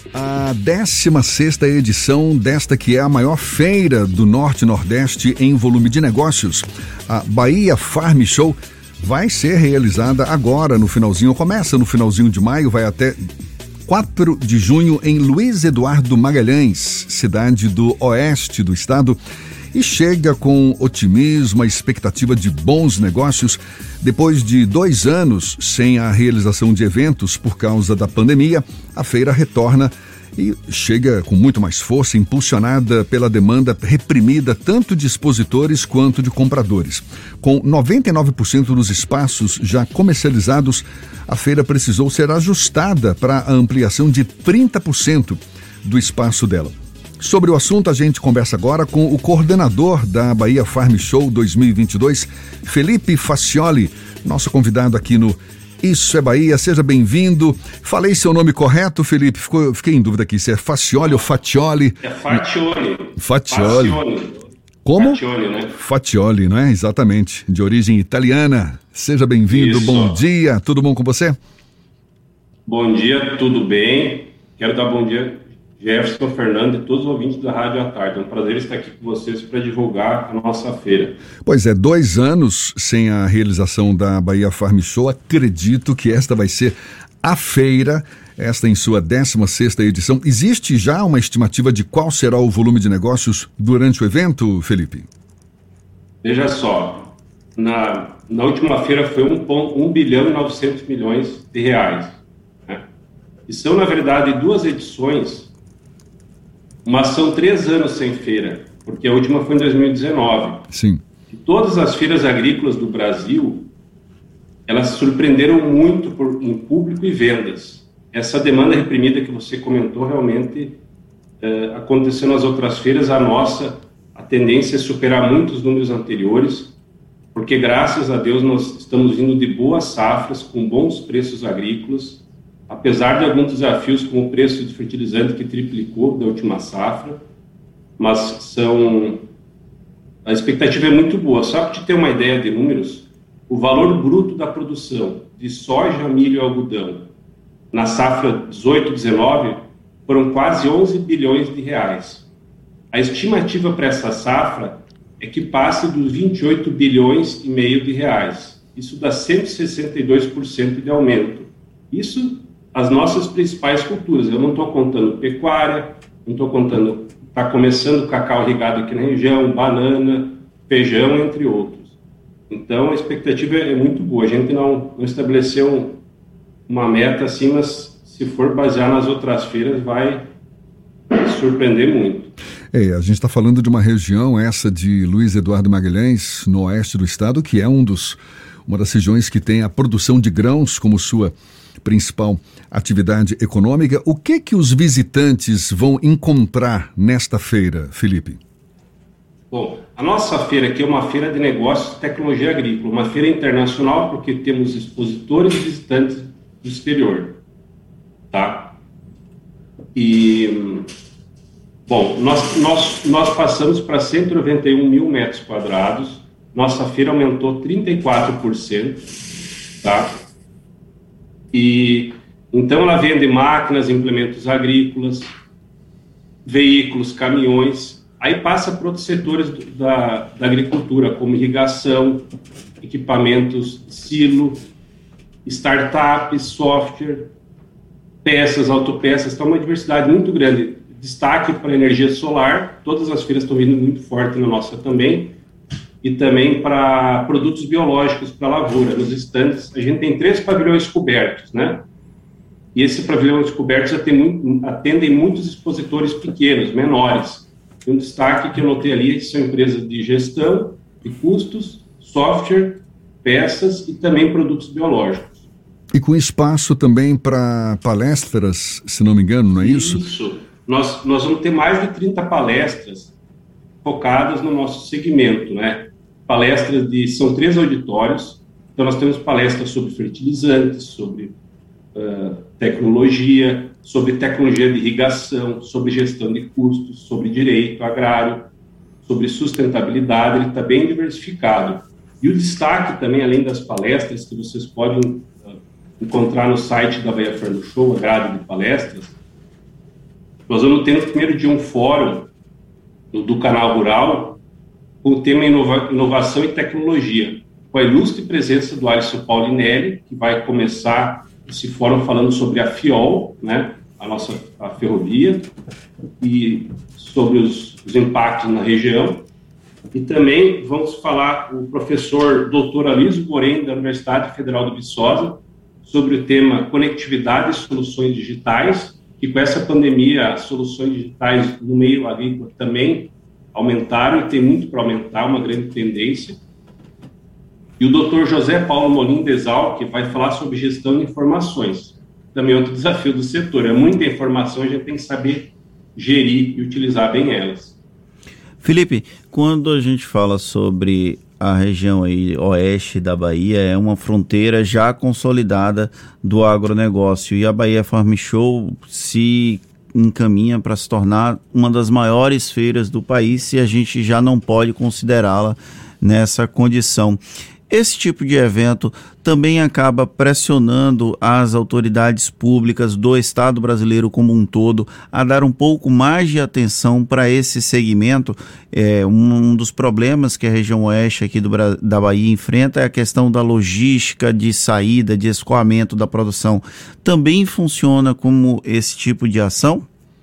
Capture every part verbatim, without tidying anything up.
A décima sexta edição desta que é a maior feira do Norte e Nordeste em volume de negócios, a Bahia Farm Show, vai ser realizada agora no finalzinho, começa no finalzinho de maio, vai até quatro de junho em Luiz Eduardo Magalhães, cidade do oeste do estado, e chega com otimismo, a expectativa de bons negócios. Depois de dois anos sem a realização de eventos por causa da pandemia, a feira retorna e chega com muito mais força, impulsionada pela demanda reprimida tanto de expositores quanto de compradores. Com noventa e nove por cento dos espaços já comercializados, a feira precisou ser ajustada para a ampliação de trinta por cento do espaço dela. Sobre o assunto, a gente conversa agora com o coordenador da Bahia Farm Show dois mil e vinte e dois, Felipe Faccioli, nosso convidado aqui no Isso é Bahia. Seja bem-vindo. Falei seu nome correto, Felipe? Ficou, fiquei em dúvida aqui, se é Faccioli ou Faccioli? É Faccioli. Faccioli. Faccioli. Como? Faccioli, né? Faccioli, não é? Exatamente, de origem italiana. Seja bem-vindo, Isso. Bom dia, tudo bom com você? Bom dia, tudo bem? Quero dar bom dia, Jefferson, Fernando e todos os ouvintes da Rádio à Tarde. É um prazer estar aqui com vocês para divulgar a nossa feira. Pois é, dois anos sem a realização da Bahia Farm Show. Acredito que esta vai ser a feira, esta em sua décima sexta edição. Existe já uma estimativa de qual será o volume de negócios durante o evento, Felipe? Veja só, na, na última feira foi um bilhão e novecentos milhões de reais. Né? E são, na verdade, duas edições, mas são três anos sem feira, porque a última foi em dois mil e dezenove. Sim. E todas as feiras agrícolas do Brasil, elas se surpreenderam muito por, em público e vendas. Essa demanda reprimida que você comentou realmente eh, aconteceu nas outras feiras. A nossa, a tendência é superar muitos números anteriores, porque graças a Deus nós estamos vindo de boas safras, com bons preços agrícolas, apesar de alguns desafios como o preço de fertilizante que triplicou da última safra, mas são... a expectativa é muito boa. Só para te ter uma ideia de números, o valor bruto da produção de soja, milho e algodão na safra dezoito dezenove foram quase onze bilhões de reais. A estimativa para essa safra é que passe dos vinte e oito bilhões e meio de reais. Isso dá cento e sessenta e dois por cento de aumento. Isso as nossas principais culturas. Eu não estou contando pecuária, não estou contando, está começando o cacau irrigado aqui na região, banana, feijão, entre outros. Então a expectativa é muito boa. A gente não, não estabeleceu uma meta assim, mas se for basear nas outras feiras vai surpreender muito. É, a gente está falando de uma região, essa de Luiz Eduardo Magalhães, no oeste do estado, que é um dos, uma das regiões que tem a produção de grãos como sua principal atividade econômica. O que que os visitantes vão encontrar nesta feira, Felipe? Bom, a nossa feira aqui é uma feira de negócios e tecnologia agrícola, uma feira internacional porque temos expositores e visitantes do exterior, tá? E, bom, nós, nós, nós passamos para cento e noventa e um mil metros quadrados, nossa feira aumentou trinta e quatro por cento, tá? E então ela vende máquinas, implementos agrícolas, veículos, caminhões, aí passa para outros setores da, da agricultura, como irrigação, equipamentos, silo, startups, software, peças, autopeças, está uma diversidade muito grande. Destaque para a energia solar, todas as feiras estão vindo muito forte na nossa também, e também para produtos biológicos para lavoura. Nos estandes, a gente tem três pavilhões cobertos, né? E esses pavilhões cobertos já tem muito, atendem muitos expositores pequenos, menores. E um destaque que eu notei ali é que são empresas de gestão, de custos, software, peças e também produtos biológicos. E com espaço também para palestras, se não me engano, não é isso? Isso. Nós, nós vamos ter mais de trinta palestras focadas no nosso segmento, né? Palestras de... São três auditórios. Então, nós temos palestras sobre fertilizantes, sobre uh, tecnologia, sobre tecnologia de irrigação, sobre gestão de custos, sobre direito agrário, sobre sustentabilidade. Ele está bem diversificado. E o destaque também, além das palestras, que vocês podem uh, encontrar no site da Bahia Farm Show, a grade de palestras, nós vamos ter no primeiro dia um fórum do, do Canal Rural com o tema inova, inovação e tecnologia, com a ilustre presença do Alisson Paulinelli, que vai começar esse fórum falando sobre a FIOL, né, a nossa a ferrovia, e sobre os, os impactos na região. E também vamos falar o professor doutor Aliso Borém, da Universidade Federal do Viçosa, sobre o tema conectividade e soluções digitais, que com essa pandemia as soluções digitais no meio agrícola também aumentaram e tem muito para aumentar, uma grande tendência. E o doutor José Paulo Molim Desal, que vai falar sobre gestão de informações. Também é outro desafio do setor, é muita informação, a gente tem que saber gerir e utilizar bem elas. Felipe, quando a gente fala sobre a região aí, oeste da Bahia, é uma fronteira já consolidada do agronegócio, e a Bahia Farm Show se encaminha para se tornar uma das maiores feiras do país, se a gente já não pode considerá-la nessa condição. Esse tipo de evento também acaba pressionando as autoridades públicas do Estado brasileiro como um todo a dar um pouco mais de atenção para esse segmento. É, um dos problemas que a região oeste aqui do, da Bahia enfrenta é a questão da logística de saída, de escoamento da produção. Também funciona como esse tipo de ação?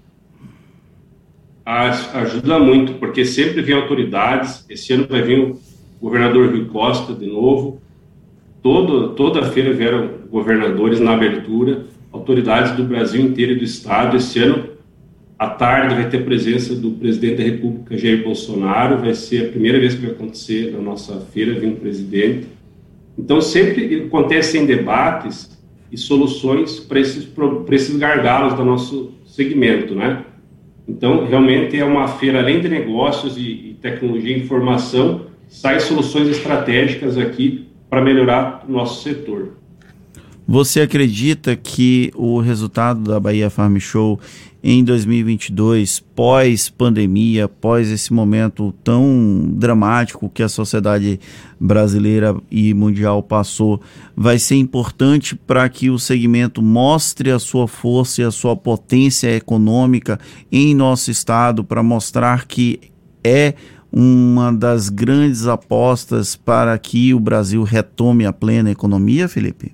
Ajuda muito, porque sempre vem autoridades. Esse ano vai vir o governador Rui Costa de novo, Todo, toda feira vieram governadores na abertura, autoridades do Brasil inteiro e do Estado. Esse ano, à tarde, vai ter presença do presidente da República, Jair Bolsonaro, vai ser a primeira vez que vai acontecer na nossa feira, vindo presidente. Então, sempre acontecem debates e soluções para esses, para esses gargalos do nosso segmento, né? Então, realmente é uma feira, além de negócios e, e tecnologia e informação, saem soluções estratégicas aqui para melhorar o nosso setor. Você acredita que o resultado da Bahia Farm Show em dois mil e vinte e dois, pós-pandemia, pós esse momento tão dramático que a sociedade brasileira e mundial passou, vai ser importante para que o segmento mostre a sua força e a sua potência econômica em nosso estado, para mostrar que é uma das grandes apostas para que o Brasil retome a plena economia, Felipe?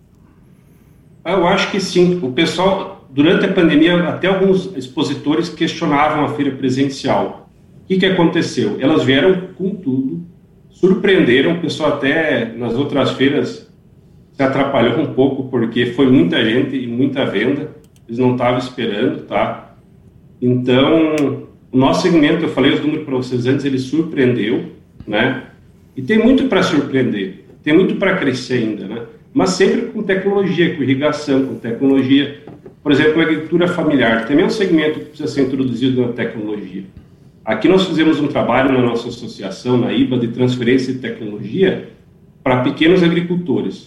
Eu acho que sim. O pessoal, durante a pandemia, até alguns expositores questionavam a feira presencial. O que, que aconteceu? Elas vieram com tudo, surpreenderam, o pessoal até nas outras feiras se atrapalhou um pouco, porque foi muita gente e muita venda, eles não estavam esperando, tá? Então, o nosso segmento, eu falei os números para vocês antes, ele surpreendeu, né? E tem muito para surpreender, tem muito para crescer ainda, né? Mas sempre com tecnologia, com irrigação, com tecnologia. Por exemplo, a agricultura familiar também é um segmento que precisa ser introduzido na tecnologia. Aqui nós fizemos um trabalho na nossa associação, na I B A, de transferência de tecnologia para pequenos agricultores.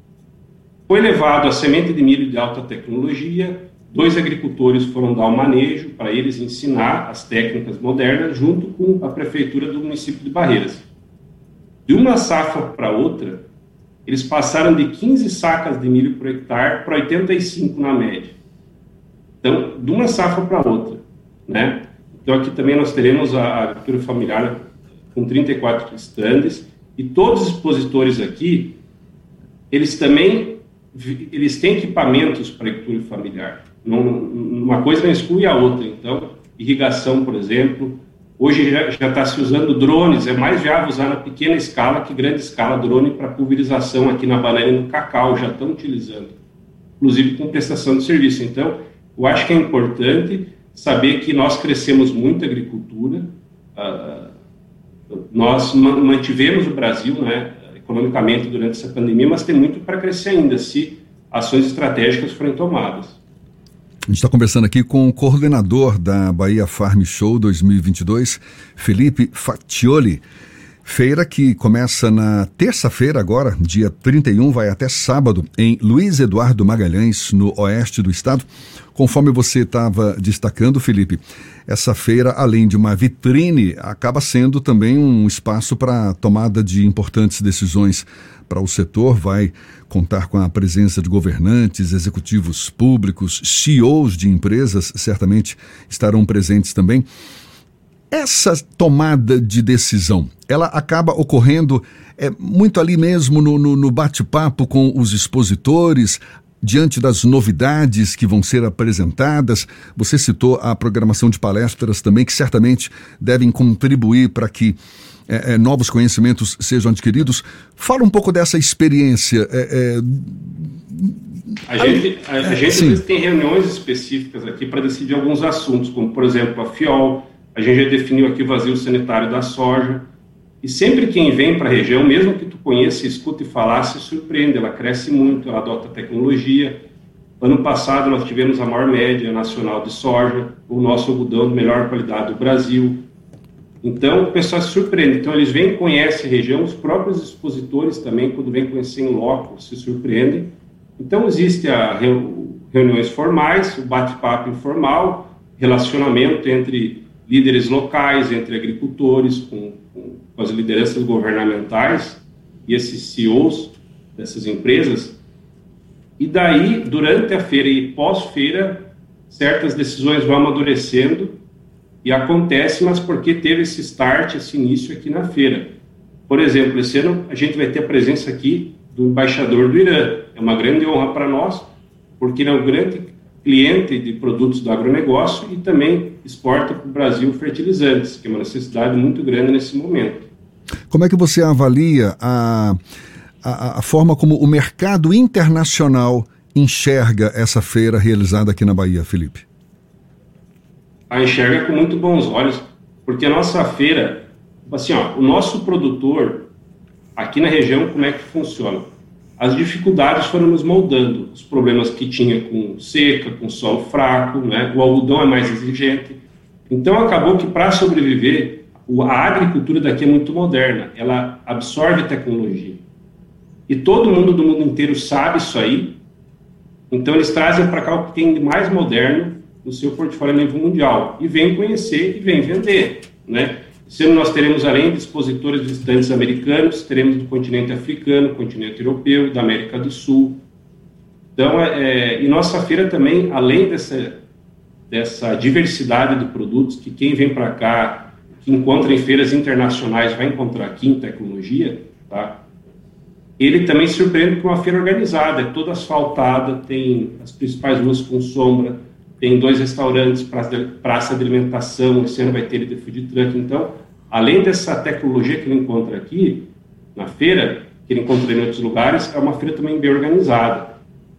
Foi levado a semente de milho de alta tecnologia. Dois agricultores foram dar o manejo para eles ensinar as técnicas modernas junto com a prefeitura do município de Barreiras. De uma safra para outra, eles passaram de quinze sacas de milho por hectare para oitenta e cinco na média. Então, de uma safra para outra, né? Então, aqui também nós teremos a agricultura familiar com trinta e quatro estandes, e todos os expositores aqui, eles também eles têm equipamentos para agricultura familiar. Não, uma coisa não exclui a outra. Então, irrigação, por exemplo, hoje já está se usando drones, é mais viável usar na pequena escala que grande escala drone para pulverização aqui na banana e no cacau, já estão utilizando, inclusive com prestação de serviço. Então, eu acho que é importante saber que nós crescemos muito a agricultura, uh, nós mantivemos o Brasil, né, economicamente durante essa pandemia, mas tem muito para crescer ainda, se ações estratégicas forem tomadas. A gente está conversando aqui com o coordenador da Bahia Farm Show dois mil e vinte e dois, Felipe Faccioli. Feira que começa na terça-feira agora, dia trinta e um, vai até sábado, em Luiz Eduardo Magalhães, no oeste do estado, com Conforme você estava destacando, Felipe, essa feira, além de uma vitrine, acaba sendo também um espaço para tomada de importantes decisões para o setor. Vai contar com a presença de governantes, executivos públicos, C E Os de empresas, certamente estarão presentes também. Essa tomada de decisão, ela acaba ocorrendo é, muito ali mesmo no, no, no bate-papo com os expositores, diante das novidades que vão ser apresentadas. Você citou a programação de palestras também, que certamente devem contribuir para que é, é, novos conhecimentos sejam adquiridos. Fala um pouco dessa experiência. É, é... A gente, a, a gente tem reuniões específicas aqui para decidir alguns assuntos, como, por exemplo, a FIOL. A gente já definiu aqui o vazio sanitário da soja. E sempre quem vem para a região, mesmo que tu conheça, escuta e falar, se surpreende. Ela cresce muito, ela adota tecnologia. Ano passado nós tivemos a maior média nacional de soja, o nosso algodão de melhor qualidade do Brasil. Então o pessoal se surpreende. Então eles vêm, conhecem a região, os próprios expositores também, quando vêm conhecer em loco, se surpreendem. Então existe a reuniões formais, o bate-papo informal, relacionamento entre líderes locais, entre agricultores, com, com, com as lideranças governamentais e esses C E Os dessas empresas. E daí, durante a feira e pós-feira, certas decisões vão amadurecendo e acontece, mas porque teve esse start, esse início aqui na feira. Por exemplo, esse ano a gente vai ter a presença aqui do embaixador do Irã. É uma grande honra para nós, porque ele é um grande cliente de produtos do agronegócio e também exporta para o Brasil fertilizantes, que é uma necessidade muito grande nesse momento. Como é que você avalia a, a, a forma como o mercado internacional enxerga essa feira realizada aqui na Bahia, Felipe? A enxerga com muito bons olhos, porque a nossa feira, assim, ó, o nosso produtor aqui na região, como é que funciona? As dificuldades foram nos moldando, os problemas que tinha com seca, com solo fraco, né? O algodão é mais exigente. Então acabou que para sobreviver, a agricultura daqui é muito moderna, ela absorve tecnologia. E todo mundo do mundo inteiro sabe isso aí, então eles trazem para cá o que tem de mais moderno no seu portfólio a nível mundial, e vem conhecer e vem vender, né? Esse ano nós teremos, além de expositores visitantes americanos, teremos do continente africano, continente europeu, da América do Sul. Então, é, é, e nossa feira também, além dessa, dessa diversidade de produtos, que quem vem para cá, que encontra em feiras internacionais, vai encontrar aqui em tecnologia, tá? Ele também se surpreende com uma feira organizada, é toda asfaltada, tem as principais ruas com sombra, tem dois restaurantes, praça de, praça de alimentação, esse ano vai ter de food truck. Então, além dessa tecnologia que ele encontra aqui na feira, que ele encontra em outros lugares, é uma feira também bem organizada.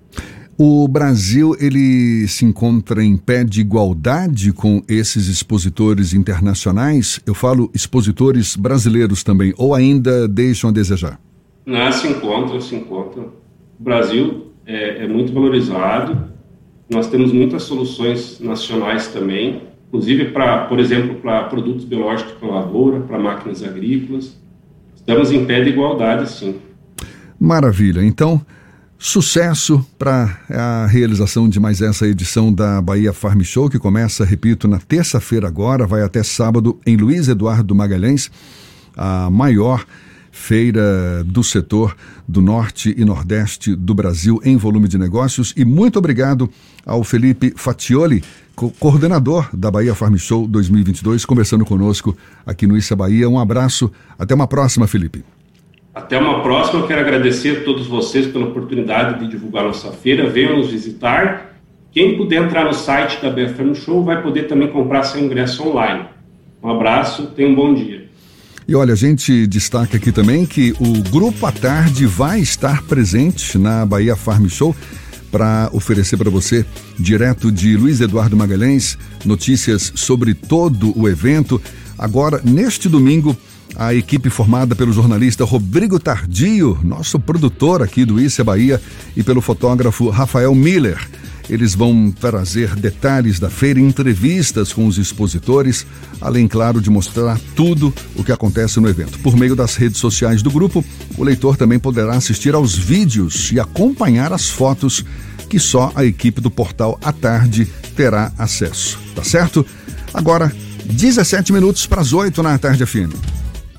O Brasil, ele se encontra em pé de igualdade com esses expositores internacionais? Eu falo expositores brasileiros também, ou ainda deixam a desejar? Não, se encontra, se encontra. O Brasil é, é muito valorizado. Nós temos muitas soluções nacionais também, inclusive para, por exemplo, para produtos biológicos para lavoura, para máquinas agrícolas. Estamos em pé de igualdade, sim. Maravilha. Então, sucesso para a realização de mais essa edição da Bahia Farm Show, que começa, repito, na terça-feira agora, vai até sábado em Luiz Eduardo Magalhães, a maior feira do setor do Norte e Nordeste do Brasil em volume de negócios. E muito obrigado ao Felipe Fatioli, co- coordenador da Bahia Farm Show dois mil e vinte e dois, conversando conosco aqui no Issa Bahia. Um abraço, até uma próxima, Felipe. Até uma próxima. Eu quero agradecer a todos vocês pela oportunidade de divulgar nossa feira. Venham nos visitar. Quem puder entrar no site da Bahia Farm Show vai poder também comprar seu ingresso online. Um abraço, tenha um bom dia. E olha, a gente destaca aqui também que o Grupo à Tarde vai estar presente na Bahia Farm Show para oferecer para você, direto de Luiz Eduardo Magalhães, notícias sobre todo o evento. Agora, neste domingo, a equipe formada pelo jornalista Rodrigo Tardio, nosso produtor aqui do Issa Bahia, e pelo fotógrafo Rafael Miller. Eles vão trazer detalhes da feira, entrevistas com os expositores, além, claro, de mostrar tudo o que acontece no evento. Por meio das redes sociais do grupo, o leitor também poderá assistir aos vídeos e acompanhar as fotos que só a equipe do Portal à Tarde terá acesso, tá certo? Agora, dezessete minutos para as oito na Tarde F M.